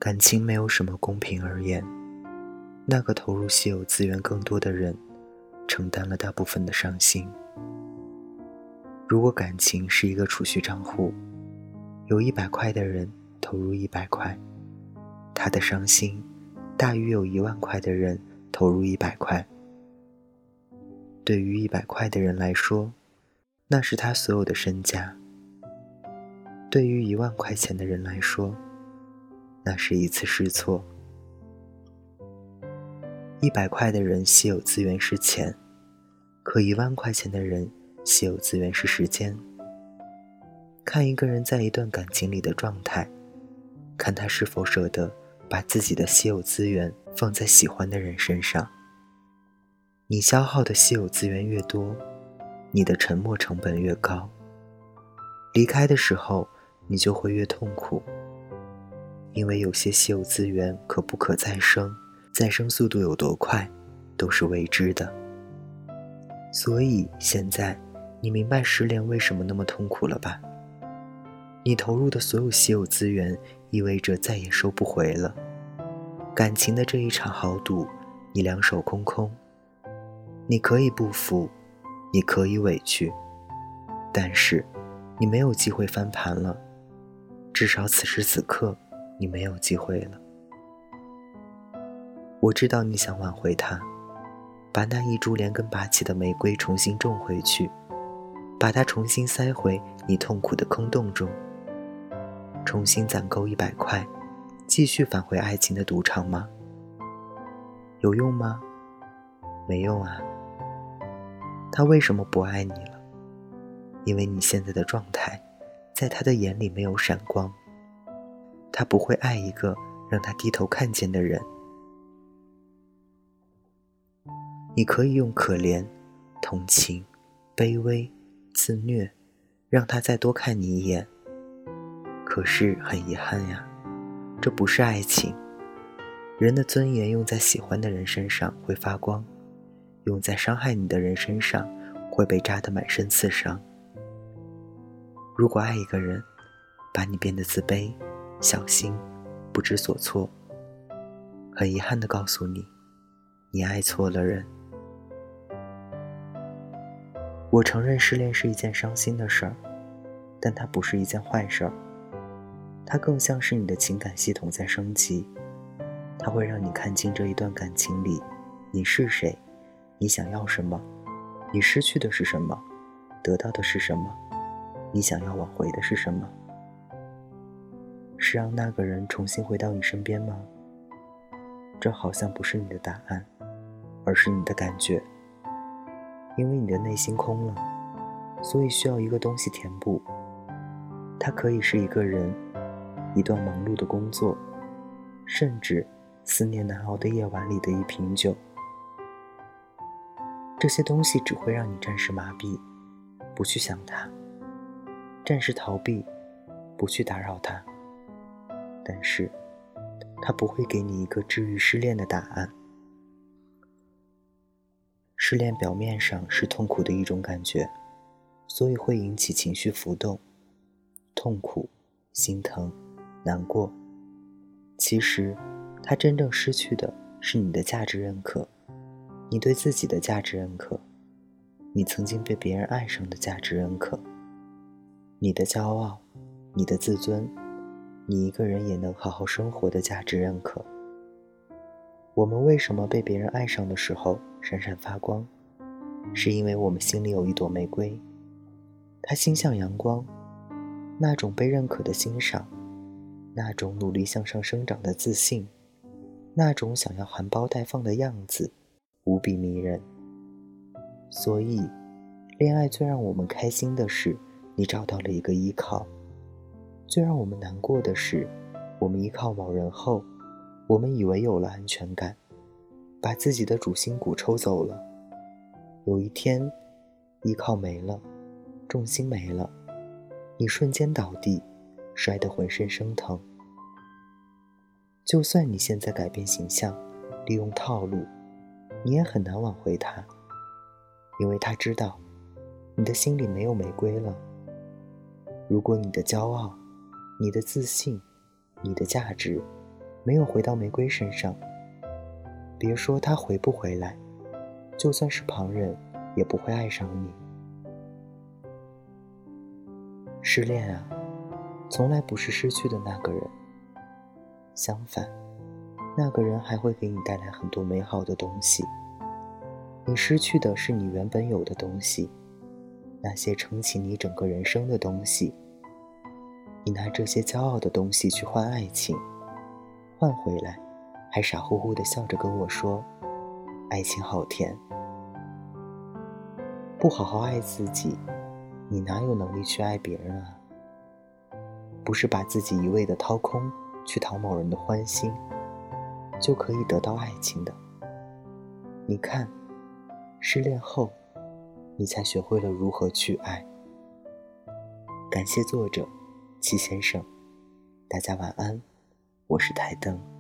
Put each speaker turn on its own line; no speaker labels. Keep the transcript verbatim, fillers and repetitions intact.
感情没有什么公平而言，那个投入稀有资源更多的人承担了大部分的伤心。如果感情是一个储蓄账户，有一百块的人投入一百块，他的伤心大于有一万块的人投入一百块。对于一百块的人来说，那是他所有的身家；对于一万块钱的人来说，那是一次试错。一百块的人稀有资源是钱，可一万块钱的人稀有资源是时间。看一个人在一段感情里的状态，看他是否舍得把自己的稀有资源放在喜欢的人身上。你消耗的稀有资源越多，你的沉默成本越高。离开的时候，你就会越痛苦，因为有些稀有资源可不可再生，再生速度有多快，都是未知的。所以现在你明白失恋为什么那么痛苦了吧？你投入的所有稀有资源意味着再也收不回了。感情的这一场豪赌，你两手空空。你可以不服，你可以委屈，但是你没有机会翻盘了，至少此时此刻你没有机会了。我知道你想挽回他，把那一株连根拔起的玫瑰重新种回去，把它重新塞回你痛苦的坑洞中，重新攒够一百块，继续返回爱情的赌场吗？有用吗？没用啊。他为什么不爱你了？因为你现在的状态在他的眼里没有闪光。他不会爱一个让他低头看见的人。你可以用可怜、同情、卑微、自虐让他再多看你一眼，可是很遗憾呀，这不是爱情。人的尊严用在喜欢的人身上会发光，用在伤害你的人身上会被扎得满身刺伤。如果爱一个人把你变得自卑、小心、不知所措，很遗憾地告诉你，你爱错了人。我承认失恋是一件伤心的事儿，但它不是一件坏事儿。它更像是你的情感系统在升级，它会让你看清这一段感情里你是谁，你想要什么，你失去的是什么，得到的是什么，你想要挽回的是什么。是让那个人重新回到你身边吗？这好像不是你的答案，而是你的感觉。因为你的内心空了，所以需要一个东西填补。它可以是一个人，一段忙碌的工作，甚至思念难熬的夜晚里的一瓶酒。这些东西只会让你暂时麻痹，不去想它，暂时逃避，不去打扰它。但是它不会给你一个治愈失恋的答案。失恋表面上是痛苦的一种感觉，所以会引起情绪浮动，痛苦、心疼、难过。其实它真正失去的是你的价值认可，你对自己的价值认可，你曾经被别人爱上的价值认可，你的骄傲，你的自尊，你一个人也能好好生活的价值认可。我们为什么被别人爱上的时候闪闪发光？是因为我们心里有一朵玫瑰，它心向阳光，那种被认可的欣赏，那种努力向上生长的自信，那种想要含苞待放的样子，无比迷人。所以恋爱最让我们开心的是你找到了一个依靠，最让我们难过的是我们依靠某人后，我们以为有了安全感，把自己的主心骨抽走了。有一天依靠没了，重心没了，你瞬间倒地，摔得浑身生疼。就算你现在改变形象，利用套路，你也很难挽回他，因为他知道你的心里没有玫瑰了。如果你的骄傲，你的自信，你的价值没有回到玫瑰身上，别说他回不回来，就算是旁人也不会爱上你。失恋啊，从来不是失去的那个人，相反，那个人还会给你带来很多美好的东西。你失去的是你原本有的东西，那些撑起你整个人生的东西。你拿这些骄傲的东西去换爱情，换回来还傻乎乎地笑着跟我说爱情好甜。不好好爱自己，你哪有能力去爱别人啊？不是把自己一味地掏空去讨某人的欢心就可以得到爱情的。你看，失恋后你才学会了如何去爱。感谢作者齐先生，大家晚安，我是台灯。